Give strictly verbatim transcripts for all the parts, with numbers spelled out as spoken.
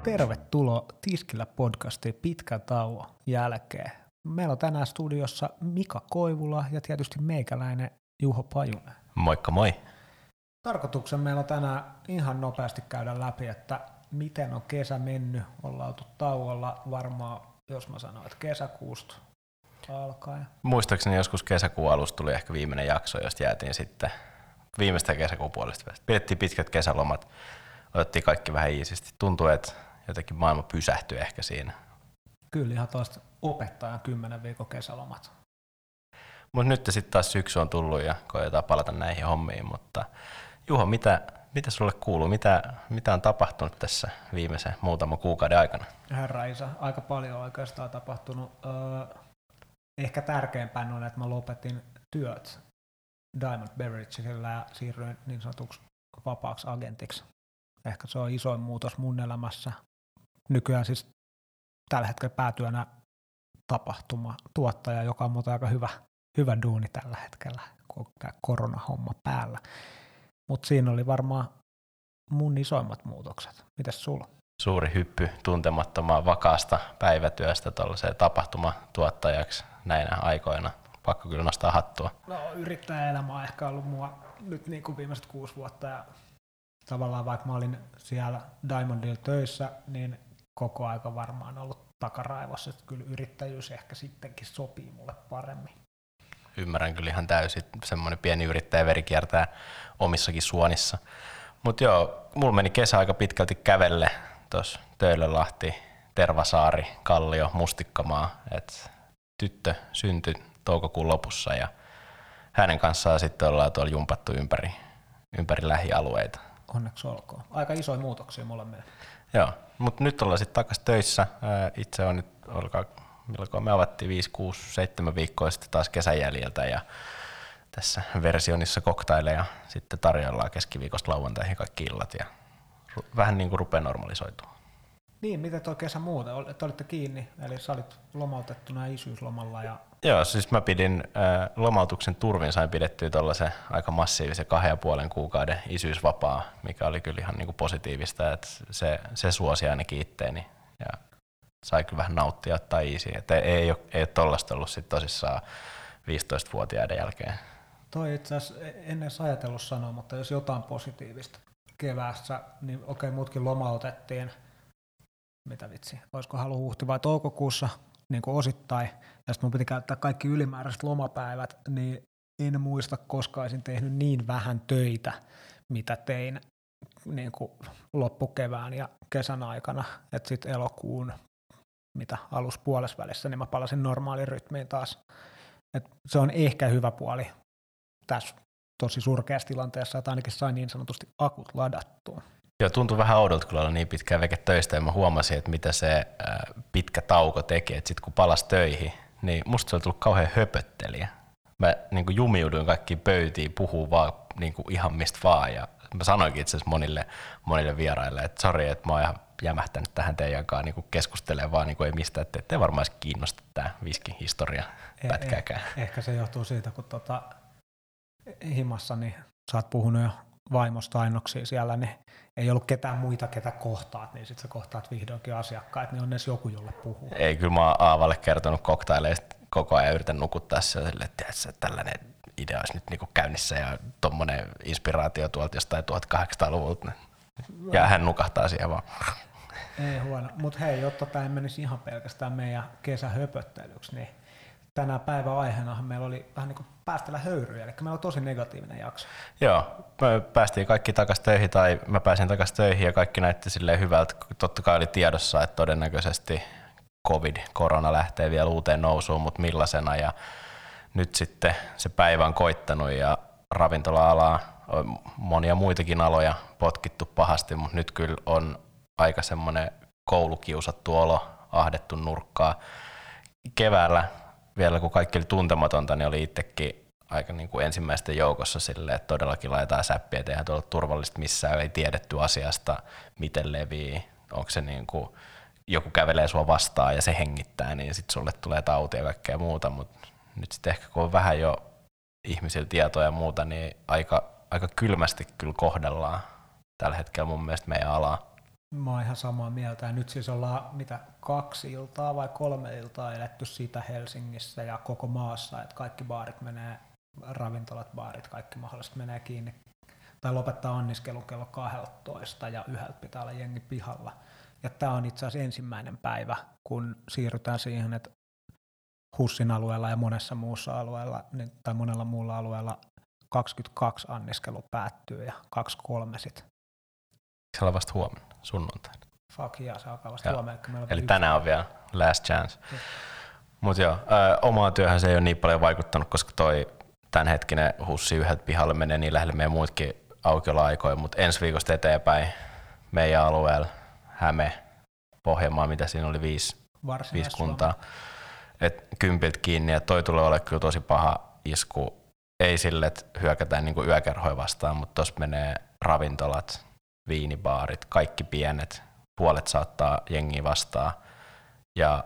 Tervetuloa Tiskillä podcastiin pitkän tauon jälkeen. Meillä on tänään studiossa Mika Koivula ja tietysti meikäläinen Juho Pajunen. Moikka moi. Tarkoituksen meillä on tänään ihan nopeasti käydä läpi, että miten on kesä mennyt. Ollaan oltu tauolla varmaan, jos mä sanon, että kesäkuusta alkaen. Muistaakseni joskus kesäkuun alusta tuli ehkä viimeinen jakso, josta jäätiin sitten viimeistä kesäkuun puolesta. Pidettiin pitkät kesälomat, otettiin kaikki vähän iisisti. Tuntuu, että jotenkin maailma pysähtyi ehkä siinä. Kyllä ihan tuosta opettajan kymmenen viikon kesälomat. Mutta nyt sitten taas syksy on tullut ja koetaan palata näihin hommiin. Mutta Juho, mitä, mitä sulle kuuluu? Mitä, mitä on tapahtunut tässä viimeisen muutaman kuukauden aikana? Herra isä, aika paljon oikeastaan tapahtunut. Öö, ehkä tärkeimpään on, että mä lopetin työt Diamond Beveragella ja siirryin niin sanotuksi vapaaksi agentiksi. Ehkä se on isoin muutos mun elämässä. Nykyään siis tällä hetkellä päätyönä tapahtumatuottaja, joka on muuten aika hyvä, hyvä duuni tällä hetkellä, kun on tämä koronahomma päällä. Mutta siinä oli varmaan mun isoimmat muutokset. Mitäs sulla? Suuri hyppy tuntemattomaan vakaasta päivätyöstä tuollaiseen tapahtumatuottajaksi näinä aikoina. Pakko kyllä nostaa hattua. No, yrittäjäelämä on ehkä ollut mua nyt niin kuin viimeiset kuusi vuotta. Ja tavallaan vaikka mä olin siellä Diamondilla töissä, niin koko aika varmaan ollut takaraivossa, että kyllä yrittäjyys ehkä sittenkin sopii mulle paremmin. Ymmärrän kyllä ihan täysin, semmoinen pieni yrittäjäveri kiertää omissakin suonissa. Mutta joo, mulla meni kesä aika pitkälti kävelle tuossa Töölönlahti, Tervasaari, Kallio, Mustikkamaa. Et tyttö syntyi toukokuun lopussa ja hänen kanssaan sitten ollaan tuolla jumpattu ympäri, ympäri lähialueita. Onneksi olkoon. Aika isoja muutoksia molemmille. Joo, mutta nyt ollaan sitten takaisin töissä. Itse on nyt, olkaa, milloin me avattiin viisi, kuusi, seitsemän viikkoa sitten taas kesän jäljiltä ja tässä versionissa koktaileja sitten tarjollaan keskiviikosta lauantaihin kaikki illat ja vähän niin kuin rupeaa normalisoitumaan. Niin, miten tuo kesä muuten? Te olitte kiinni, eli sä olit lomautettuna isyyslomalla. Ja... Joo, siis mä pidin äh, lomautuksen turvin, sain pidettyä tuollaisen aika massiivisen kahden ja puolen kuukauden isyysvapaa, mikä oli kyllä ihan niin kuin positiivista, että se, se suosi ainakin itteeni ja sai kyllä vähän nauttia ottaa easy. Että ei, ei ole, ei ole tollaista ollut sit tosissaan viisitoistavuotiaiden jälkeen. Toi itse asiassa en edes ajatellut sanoa, mutta jos jotain positiivista keväässä, niin okei, muutkin lomautettiin. Mitä vitsi, olisiko halu huhti vai toukokuussa niin kuin osittain, ja sitten mun piti käyttää kaikki ylimääräiset lomapäivät, niin en muista, koska olisin tehnyt niin vähän töitä, mitä tein niin kuin loppukevään ja kesän aikana, että sitten elokuun, mitä aluspuolessa välissä, niin mä palasin normaaliin rytmiin taas. Et se on ehkä hyvä puoli tässä tosi surkeassa tilanteessa, että ainakin sain niin sanotusti akut ladattua. Joo, tuntui vähän oudolta, kun olla niin pitkään veke töistä ja mä huomasin, että mitä se pitkä tauko teki, että sitten kun palasi töihin, niin musta se oli tullut kauhean höpöttelijä. Mä niin kuin jumiuduin kaikkiin pöytiin, puhuu vaan niin kuin ihan mistä vaan ja mä sanoinkin itse asiassa monille, monille vieraille, että sori, että mä oon ihan jämähtänyt tähän teidän kanssa niin keskustelemaan vaan niin kuin ei mistä, että ette varmaan kiinnosta tää viskin historia pätkääkään. Eh, ehkä se johtuu siitä, kun tota, himassa niin sä oot puhunut jo vaimosta ainoksia siellä, niin ei ollut ketään muita, ketä kohtaat, niin sit sä kohtaat vihdoinkin asiakkaat, niin on edes joku, jolle puhuu. Ei, kyllä mä oon Aavalle kertonut koktaileista koko ajan, yritän nukuttaa sille, että tällainen idea olisi nyt niinku käynnissä ja tommonen inspiraatio tuolta jostain tuhatkahdeksansataaluvulta. Ja hän nukahtaa siihen vaan. Ei huono, mutta hei, jotta tämä ei menisi ihan pelkästään meidän kesähöpöttelyksi, niin tänä päivän aiheenahan meillä oli vähän niin kuin päästellä höyryjä, eli meillä on tosi negatiivinen jakso. Joo, me päästiin kaikki takaisin töihin, tai mä pääsin takaisin töihin ja kaikki näytti silleen hyvältä. Totta kai oli tiedossa, että todennäköisesti covid, korona lähtee vielä uuteen nousuun, mutta millaisena. Ja nyt sitten se päivä on koittanut ja ravintola-alaa, on monia muitakin aloja potkittu pahasti, mutta nyt kyllä on aika semmoinen koulukiusattu olo, ahdettu nurkkaa. Keväällä vielä kun kaikki oli tuntematonta, niin oli itsekin aika niin kuin ensimmäisten joukossa silleen, että todellakin laitetaan säppiä, että eihän tuolla turvallista missään, ei tiedetty asiasta, miten levii, onko se niin kuin, joku kävelee sua vastaan ja se hengittää, niin sitten sulle tulee tautia ja kaikkea muuta, mutta nyt sitten ehkä kun on vähän jo ihmisillä tietoa ja muuta, niin aika, aika kylmästi kyllä kohdellaan tällä hetkellä mun mielestä meidän alaa. Mä oon ihan samaa mieltä. Ja nyt siis ollaan mitä kaksi iltaa vai kolme iltaa eletty sitä Helsingissä ja koko maassa, että kaikki baarit menee, ravintolat, baarit, kaikki mahdolliset menee kiinni tai lopettaa anniskelun kello kaksitoista ja yhdeltä pitää olla jengi pihalla. Ja tää on itse asiassa ensimmäinen päivä, kun siirrytään siihen, että HUSin alueella ja monessa muussa alueella niin, tai monella muulla alueella kaksikymmentäkaksi anniskelu päättyy ja kaksikymmentäkolme sit. Se on vasta huomenna, sunnuntaina. Fuck yeah, se alkaa vasta huomenna. Eli tänään on vielä last chance. Mutta joo, ö, omaa työhön se ei ole niin paljon vaikuttanut, koska toi tämänhetkinen HUSsi yhdeltä pihalle menee niin lähelle meidän muutkin aukioloaikoja, mutta ensi viikosta eteenpäin meidän alueella Häme, Pohjanmaa, mitä siinä oli viisi, viisi kuntaa, että kympiltä kiinni ja toi tulee olemaan kyllä tosi paha isku. Ei sille, että hyökätään niinku yökerhoja vastaan, mutta tuossa menee ravintolat, viinibaarit, kaikki pienet, puolet saattaa jengiä vastaan. Ja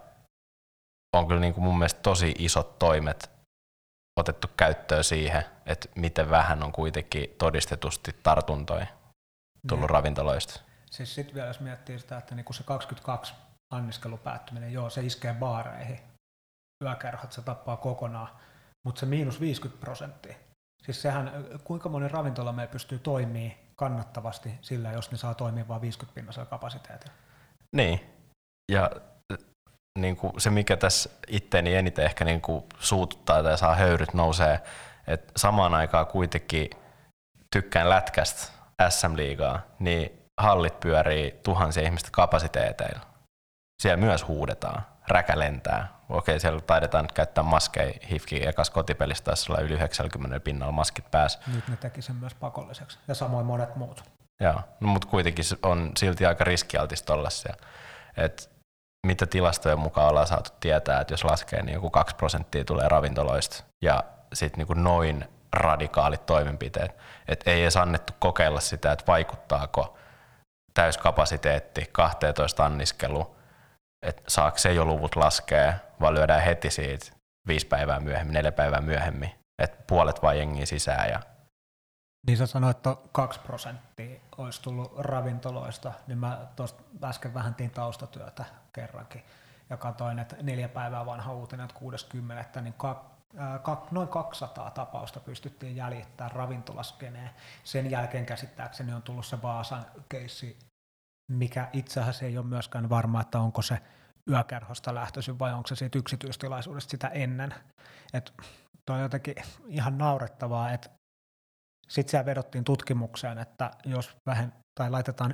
on kyllä niinku mun mielestä tosi isot toimet otettu käyttöön siihen, että miten vähän on kuitenkin todistetusti tartuntoja tullut ne. ravintoloista. Siis sitten vielä jos miettii sitä, että niinku se kaksikymmentäkaksi anniskelun päättyminen, joo se iskee baareihin, yökerhot se tappaa kokonaan, mutta se miinus viisikymmentä prosenttia. Siis sehän, kuinka moni ravintola meillä pystyy toimimaan kannattavasti sillä, jos ne saa toimia vain viisikymmentä pinnasella kapasiteetilla. Niin, ja niin kuin se mikä tässä itteeni eniten ehkä niin kuin suututtaa tai saa höyryt nousee, että samaan aikaan kuitenkin tykkään lätkästä S M-liigaa, niin hallit pyörii tuhansia ihmistä kapasiteeteilla. Siellä myös huudetaan, räkä lentää. Okei, siellä taidetaan nyt käyttää maskeja. H I F K ekas kotipelissä taisi olla yli yhdeksänkymmentä pinnalla maskit päässä. Nyt ne teki sen myös pakolliseksi ja samoin monet muut. Joo, no, mutta kuitenkin on silti aika riskialtis tollaisia. Et mitä tilastojen mukaan ollaan saatu tietää, että jos laskee, niin joku kaksi prosenttia tulee ravintoloista ja sitten niin noin radikaalit toimenpiteet. Et ei edes annettu kokeilla sitä, että vaikuttaako täyskapasiteetti, kaksitoista anniskelu, että saako se jo luvut laskea, vaan lyödään heti siitä viisi päivää myöhemmin, neljä päivää myöhemmin, että puolet vaan jengiä sisään. Ja niin sä sanoit, että kaksi prosenttia olisi tullut ravintoloista, niin mä tuosta äsken vähän tein taustatyötä kerrankin ja katsoin, että neljä päivää vanha uutinen, että kuudeskymmenes niin ka, äh, ka, noin kaksisataa tapausta pystyttiin jäljittämään ravintolaskeneen. Sen jälkeen käsittääkseni on tullut se Vaasan keissi, mikä itse asiassa ei ole myöskään varma, että onko se yökerhosta lähtöisin vai onko se siitä yksityistilaisuudesta sitä ennen. Et toi on jotenkin ihan naurettavaa, että sitten siellä vedottiin tutkimukseen, että jos vähän tai laitetaan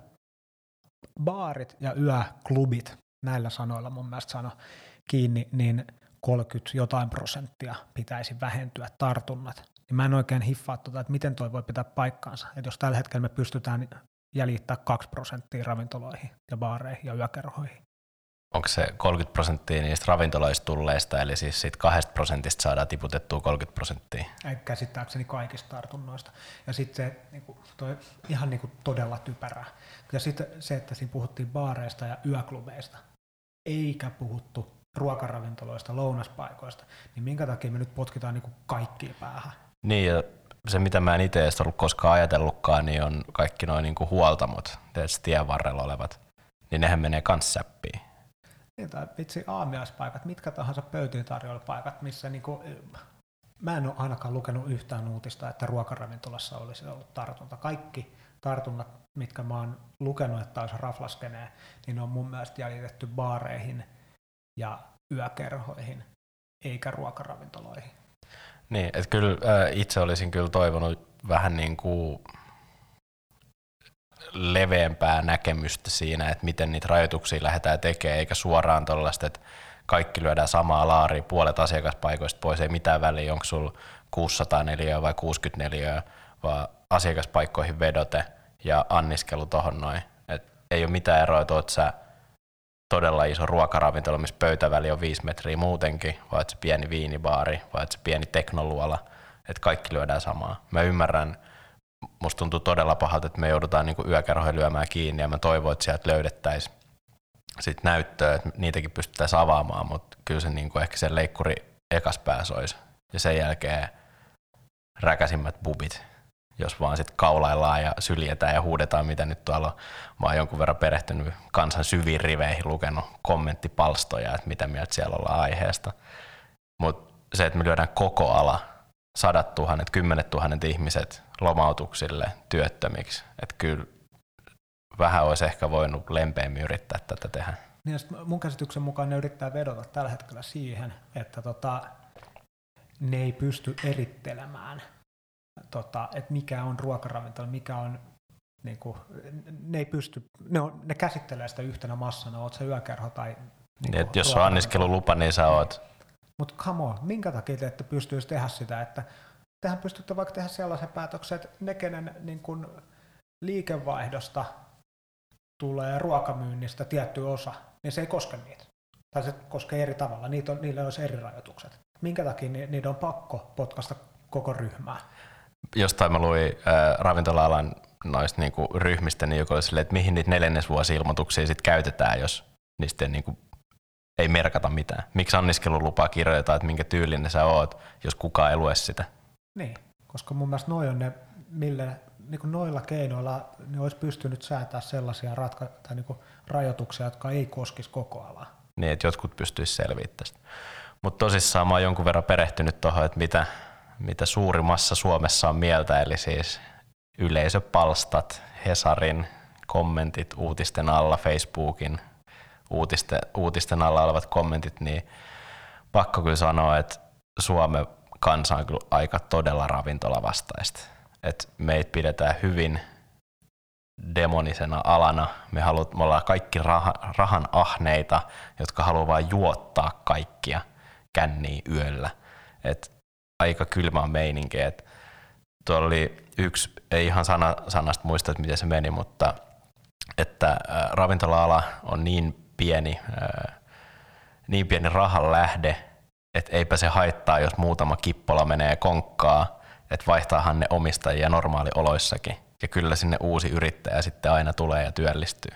yöbaarit ja yöklubit, näillä sanoilla mun mielestä sano, kiinni, niin kolmekymmentä jotain prosenttia pitäisi vähentyä tartunnat. Niin mä en oikein hiffaa tuota, että miten toi voi pitää paikkaansa. Että jos tällä hetkellä me pystytään jäljittämään kaksi prosenttia ravintoloihin ja baareihin ja yökerhoihin. Onko se kolmekymmentä prosenttia niistä ravintoloista tulleista, eli siis siitä kahdesta prosentista saadaan tiputettua kolmekymmentä prosenttia? Käsittääkseni kaikista tartunnoista. Ja sitten se niinku, toi, ihan niinku todella typerää. Ja sitten se, että siinä puhuttiin baareista ja yöklubeista, eikä puhuttu ruokaravintoloista, lounaspaikoista, niin minkä takia me nyt potkitaan niinku kaikkiin päähän? Niin, ja se mitä mä en itse edes ollut koskaan ajatellutkaan, niin on kaikki noin niinku huoltamot, tietysti tien varrella olevat, niin nehän menee kans säppiin. Niin, tai vitsi aamiaispaikat, mitkä tahansa pöytiin tarjoilupaikat, missä niinku, mä en ole ainakaan lukenut yhtään uutista, että ruokaravintolassa olisi ollut tartunta. Kaikki tartunnat, mitkä mä oon lukenut, että olisi raflaskeneen, niin on mun mielestä jäljitetty baareihin ja yökerhoihin, eikä ruokaravintoloihin. Niin, että kyllä äh, itse olisin kyllä toivonut vähän niin kuin leveämpää näkemystä siinä, että miten niitä rajoituksia lähdetään tekemään, eikä suoraan tuollaista, että kaikki lyödään samaa laariin, puolet asiakaspaikoista pois, ei mitään väliä, onko sulla kuusisataa neliöä vai kuusikymmentäneljä, vaan asiakaspaikkoihin vedote ja anniskelu tohon noin. Et ei ole mitään eroa, että oot sä todella iso ruokaravintola, missä pöytäväli on viisi metriä muutenkin, vai että se pieni viinibaari, vai että se pieni teknoluola, että kaikki lyödään samaa. Mä ymmärrän, musta tuntuu todella pahalta, että me joudutaan niinku yökerhoja lyömään kiinni, ja mä toivon, että sieltä löydettäisiin sit näyttöä, että niitäkin pystyttäisiin avaamaan, mutta kyllä se niinku ehkä se leikkuri ekas pääs olisi, ja sen jälkeen räkäsimmät bubit, jos vaan sitten kaulaillaan ja syljetään ja huudetaan, mitä nyt tuolla on. Mä oon jonkun verran perehtynyt kansan syviin riveihin, lukenut kommenttipalstoja, että mitä mieltä siellä ollaan aiheesta. Mutta se, että me lyödään koko ala, sadat tuhannet, kymmenet tuhannet ihmiset lomautuksille, työttömiksi, että kyllä vähän olisi ehkä voinut lempeämmin yrittää tätä tehdä. Niin, mun käsityksen mukaan ne yrittää vedota tällä hetkellä siihen, että tota, ne ei pysty erittelemään, tota, että mikä on ruokaravintola, mikä on, niin kuin, ne ei pysty, ne, on, ne käsittelee sitä yhtenä massana, oot se yökerho tai niin niin, jos on anniskelulupa, niin sä oot. Mutta come on, minkä takia te ette pystyisi tehdä sitä, että tehän pystytte vaikka tehdä sellaisen päätöksen, että ne, kenen niin kun liikevaihdosta tulee ruokamyynnistä tietty osa, niin se ei koske niitä. Tai se koskee eri tavalla, niitä on, niillä olisi eri rajoitukset. Minkä takia ni, niiden on pakko potkaista koko ryhmää? Jostain mä luin äh, ravintola-alan noista niinku ryhmistä, niin joku oli silleen, että mihin niitä neljännesvuosi-ilmoituksia sit käytetään, jos niistä ei, niinku, ei merkata mitään. Miksi anniskelulupaa kirjoitetaan, että minkä tyylinen sä oot, jos kukaan ei lue sitä? Niin, koska mun mielestä noi on ne, mille niin kuin noilla keinoilla ne olisi pystynyt säätämään sellaisia ratka- tai niin kuin rajoituksia, jotka ei koskisi koko alaa. Niin, että jotkut pystyisivät selviämään tästä. Mutta tosissaan mä oon jonkun verran perehtynyt tuohon, että mitä, mitä suuri massa Suomessa on mieltä, eli siis yleisöpalstat, Hesarin kommentit uutisten alla, Facebookin uutisten, uutisten alla olevat kommentit, niin pakko kyllä sanoa, että Suomen kansa on kyllä aika todella ravintolavastaista. Et meitä pidetään hyvin demonisena alana. Me, haluat, me ollaan kaikki raha, rahan ahneita, jotka haluaa vain juottaa kaikkia känniä yöllä. Et aika kylmä on meininki. Et tuolla oli yksi, ei ihan sana, sanasta muista, että miten se meni, mutta että ä, ravintola-ala on niin pieni, ä, niin pieni rahan lähde, että eipä se haittaa, jos muutama kippola menee konkkaa, että vaihtaahan ne omistajia normaalioloissakin. Ja kyllä sinne uusi yrittäjä sitten aina tulee ja työllistyy.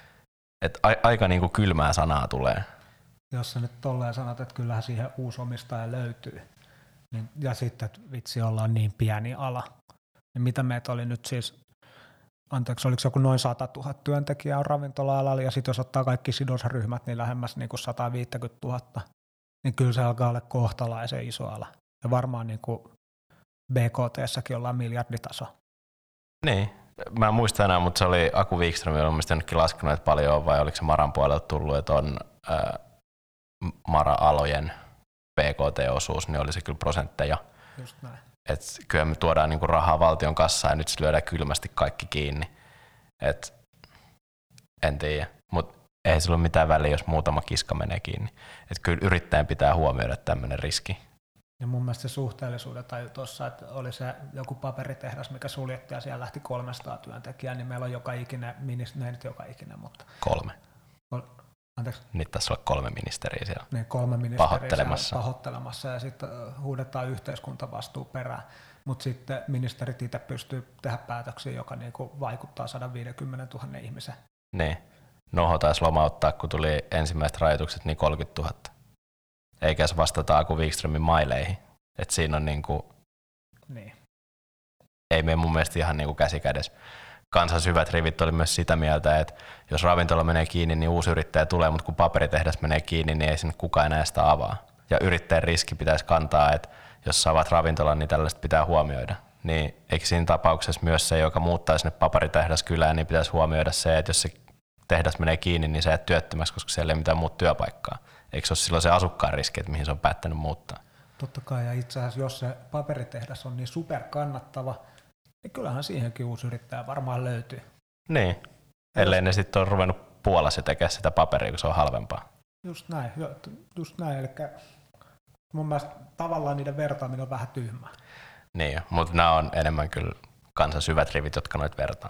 Et a- aika niinku kylmää sanaa tulee. Jos sä nyt tolleen sanot, että kyllähän siihen uusi omistaja löytyy, niin, ja sitten, että vitsi ollaan niin pieni ala, niin mitä meitä oli nyt siis, anteeksi, oliko joku noin sata tuhatta työntekijää on ravintola-alalla, ja sitten jos ottaa kaikki sidosryhmät, niin lähemmäs niin kuin sata viisikymmentätuhatta, niin kyllä se alkaa olla kohtalaisen iso ala. Ja varmaan niin kuin B K T:ssäkin ollaan miljarditaso. Niin, mä en muista enää, mutta se oli Aku Wikström, on mielestäni nytkin laskenut, että paljon on, vai oliko se Maran puolelta tullut, että on ää, Mara-alojen B K T-osuus, niin oli se kyllä prosentteja. Just näin. Et kyllä me tuodaan niinku rahaa valtion kassaan ja nyt se lyödään kylmästi kaikki kiinni. Et en tiedä, mutta ei sillä ole mitään väliä, jos muutama kiska menee kiinni. Et kyllä yrittäjän pitää huomioida tämmöinen riski. Ja mun mielestä se suhteellisuuden tai tuossa, että oli se joku paperitehdas, mikä suljettiin ja siellä lähti kolmesataa työntekijää, niin meillä on joka ikinen, ministeri, ei nyt joka ikinen, mutta... Kolme. Kol, anteeksi? Nyt tässä on kolme ministeriä siellä niin, kolme ministeriä pahoittelemassa. pahoittelemassa ja sitten huudetaan yhteiskuntavastuu perään. Mutta sitten ministerit itse pystyy tehdä päätöksiä, joka niinku vaikuttaa sata viisikymmentätuhatta ihmisen. Niin. Noho taisi lomauttaa, kun tuli ensimmäiset rajoitukset, niin kolmekymmentätuhatta. Eikä se vastata Aku Wikströmin maileihin. Et siinä on niinku, niin. ei mene mun mielestä ihan niinku käsi kädessä. Kansan syvät rivit oli myös sitä mieltä, että jos ravintola menee kiinni, niin uusi yrittäjä tulee, mutta kun paperitehdas menee kiinni, niin ei sinne kukaan enää sitä avaa. Ja yrittäjän riski pitäisi kantaa, että jos sä avaat ravintolan, niin tällaista pitää huomioida. Niin eikö siinä tapauksessa myös se, joka muuttaa sinne paperitehdaskylään, niin pitäisi huomioida se, että jos se tehdas menee kiinni, niin sä et työttömäksi, koska siellä ei mitään muuta työpaikkaa. Eikö se ole silloin se asukkaan riski, että mihin se on päättänyt muuttaa? Totta kai, ja itse asiassa jos se paperitehdas on niin super kannattava, niin kyllähän siihenkin uusi yrittäjä varmaan löytyy. Niin, ellei ne sitten ole ruvennut Puolassa tekemään sitä paperia, kun se on halvempaa. Just näin, just näin, eli mun mielestä tavallaan niiden vertaaminen on vähän tyhmää. Niin, mutta nämä on enemmän kyllä kansan syvät rivit, jotka noit vertaa.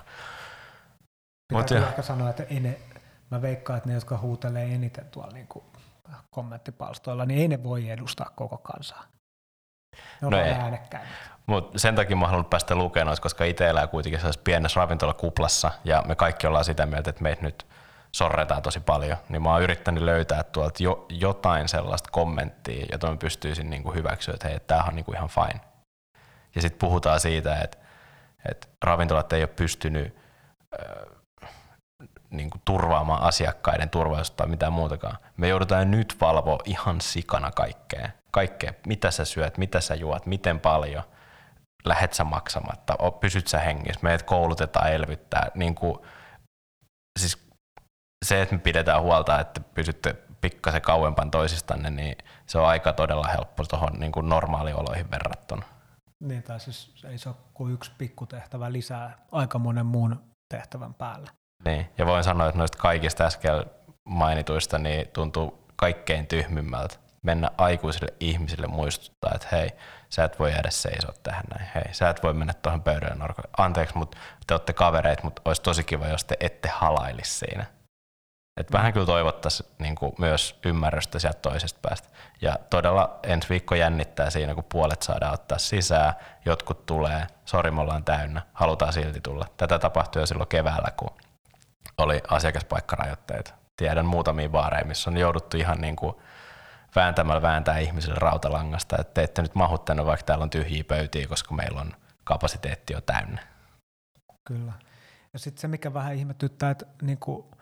Pitää kyllä ehkä sanoa, että ei ne, mä veikkaan, että ne, jotka huutelee eniten tuolla niin kuin kommenttipalstoilla, niin ei ne voi edustaa koko kansaa. Ne on no äänekkäin. Mutta sen takia mä haluan päästä lukemaan, koska itse elää kuitenkin sellaisessa pienessä ravintolakuplassa ja me kaikki ollaan sitä mieltä, että meitä nyt sorretaan tosi paljon. Niin mä oon yrittänyt löytää tuolta jo, jotain sellaista kommenttia, jota mä pystyisin niinku hyväksyä, että hei, tämähän on niinku ihan fine. Ja sitten puhutaan siitä, että että ravintolat ei ole pystynyt äh, niin kuin turvaamaan asiakkaiden turvallisuutta tai mitään muutakaan. Me joudutaan nyt valvoa ihan sikana kaikkea. Kaikkea, mitä sä syöt, mitä sä juot, miten paljon, lähet sä maksamatta, pysyt sä hengissä, meidät koulutetaan elvyttää. Niin kuin, siis se, että me pidetään huolta, että pysytte pikkasen kauempaan toisistanne, niin se on aika todella helppo tuohon niin kuin normaalioloihin verrattuna. Niin, tai siis ei se ole kuin yksi pikkutehtävä lisää aika monen muun tehtävän päälle. Niin, ja voin sanoa, että noista kaikista äsken mainituista niin tuntuu kaikkein tyhmimmältä mennä aikuisille ihmisille muistuttaa, että hei, sä et voi edes seisoa tähän näin, hei, sä et voi mennä tuohon pöydälle norkolle. Anteeksi, mutta te olette kavereita, mutta olisi tosi kiva, jos te ette halailisi siinä. Et vähän kyllä toivottaisiin niin kuin myös ymmärrystä sieltä toisesta päästä. Ja todella ensi viikko jännittää siinä, kun puolet saadaan ottaa sisään, jotkut tulee, sori me ollaan täynnä, halutaan silti tulla. Tätä tapahtui jo silloin keväällä, kun oli asiakaspaikkarajoitteet. Tiedän muutamia baareja, missä on jouduttu ihan niin kuin vääntämällä vääntää ihmisille rautalangasta, että te ette nyt mahu tänne, vaikka täällä on tyhjiä pöytiä, koska meillä on kapasiteetti jo täynnä. Kyllä. Ja sitten se, mikä vähän ihmetyttää, että niinku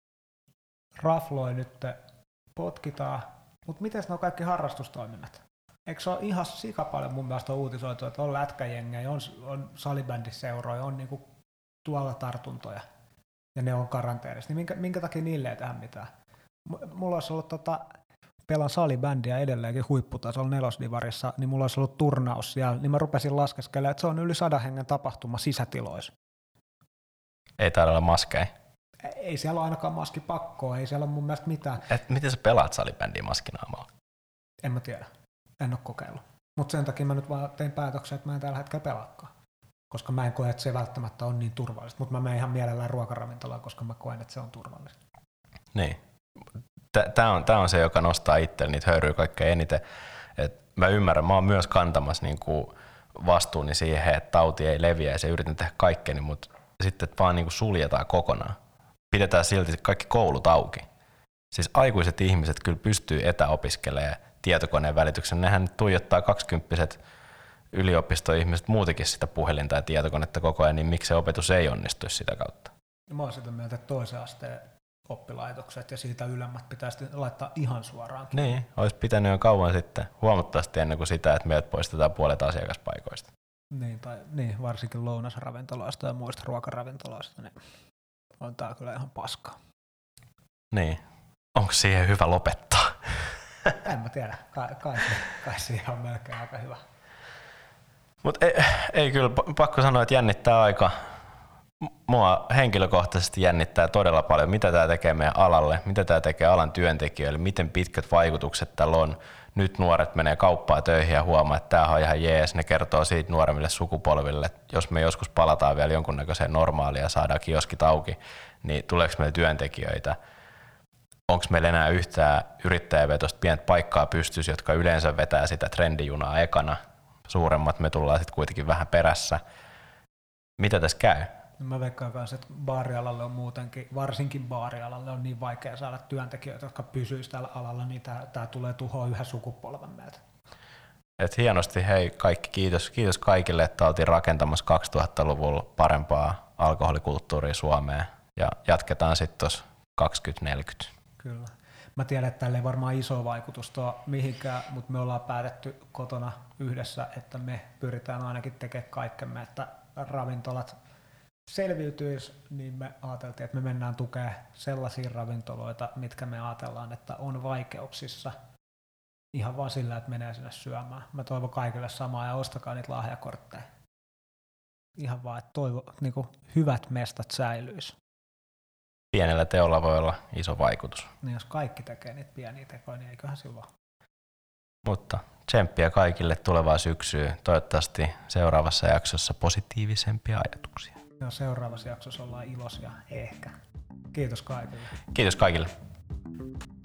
rafloi nyt potkitaan, mutta miten nuo kaikki harrastustoiminnat? Eikö se ole ihan sika paljon mun mielestä on uutisoitu, että on lätkäjengejä, on, on salibändiseuroja, on niinku tuolla tartuntoja ja ne on karanteenissa, niin minkä, minkä takia niille ei tehdä mitään? M- mulla olisi ollut tota, pelan salibändiä edelleenkin huipputasolla nelosdivarissa, niin mulla olisi ollut turnaus siellä, niin mä rupesin laskeskelemaan, että se on yli sadan hengen tapahtuma sisätiloissa. Ei taida olla maskeja. Ei siellä ole ainakaan maskipakkoa, ei siellä ole mun mielestä mitään. Et miten sä pelaat salibändiä maskinaamalla? En mä tiedä, en ole kokeillut. Mutta sen takia mä nyt vaan tein päätöksen, että mä en tällä hetkellä pelaakaan. Koska mä en koe, että se välttämättä on niin turvallista. Mutta mä menen ihan mielellään ruokaravintolaan, koska mä koen, että se on turvallista. Niin. Tämä on, tää on se, joka nostaa itselle niitä höyryjä kaikkein eniten. Et mä ymmärrän, mä oon myös kantamassa niinku vastuuni siihen, että tauti ei leviä ja se yritän tehdä kaikkeni, mutta sitten vaan niinku suljetaan kokonaan. Pidetään silti kaikki koulut auki. Siis aikuiset ihmiset kyllä pystyy etäopiskelemaan tietokoneen välityksen. Nehän nyt tuijottaa kaksikymppiset yliopistoihmiset muutenkin sitä puhelinta ja tietokonetta koko ajan, niin miksi se opetus ei onnistuisi sitä kautta? Mä oon sitä mieltä, että toisen asteen oppilaitokset ja siitä ylemmät pitäisi laittaa ihan suoraan. Niin, olisi pitänyt jo kauan sitten, huomattavasti ennen kuin sitä, että meidät poistetaan puolet asiakaspaikoista. Niin, tai, niin varsinkin lounasravintoloista ja muista ruokaravintoloista, niin on tää kyllä ihan paskaa. Niin, onko siihen hyvä lopettaa? En mä tiedä, kai, kai, kai siihen on melkein aika hyvä. Mutta ei, ei kyllä, pakko sanoa, että jännittää aika. Mua henkilökohtaisesti jännittää todella paljon, mitä tämä tekee meidän alalle, mitä tämä tekee alan työntekijöille, miten pitkät vaikutukset tällä on. Nyt nuoret menee kauppaan töihin ja huomaa, että tämä on ihan jees. Ne kertoo siitä nuoremmille sukupolville, että jos me joskus palataan vielä jonkunnäköiseen normaaliin ja saadaan kioskit auki, niin tuleeko meillä työntekijöitä? Onko meillä enää yhtään yrittäjävetoista pientä paikkaa pystyssä, jotka yleensä vetää sitä trendijunaa ekana? Suuremmat me tullaan sitten kuitenkin vähän perässä. Mitä tässä käy? Mä veikkaan kanssa, että baarialalle on muutenkin, varsinkin baarialalle on niin vaikea saada työntekijöitä, jotka pysyisivät tällä alalla, niin tämä tulee tuhoa yhä sukupolven meiltä. Et hienosti, hei kaikki, kiitos, kiitos kaikille, että oltiin rakentamassa kaksituhattaluvulla parempaa alkoholikulttuuria Suomeen ja jatketaan sitten tuossa kaksikymmentä neljäkymmentä. Kyllä. Mä tiedän, että tällä ei varmaan iso vaikutusta ole mihinkään, mutta me ollaan päätetty kotona yhdessä, että me pyritään ainakin tekemään kaikkemme, että ravintolat selviytyisi, niin me ajateltiin, että me mennään tukemaan sellaisia ravintoloita, mitkä me ajatellaan, että on vaikeuksissa ihan vaan sillä, että menee sinne syömään. Mä toivon kaikille samaa ja ostakaa niitä lahjakortteja. Ihan vaan, että toivo, niin kuin hyvät mestat säilyisi. Pienellä teolla voi olla iso vaikutus. Niin jos kaikki tekee niitä pieniä tekoja, niin eiköhän silloin. Mutta tsemppiä kaikille tulevaa syksyä. Toivottavasti seuraavassa jaksossa positiivisempia ajatuksia. Ja seuraavassa jaksossa ollaan iloisia ehkä. Kiitos kaikille. Kiitos kaikille.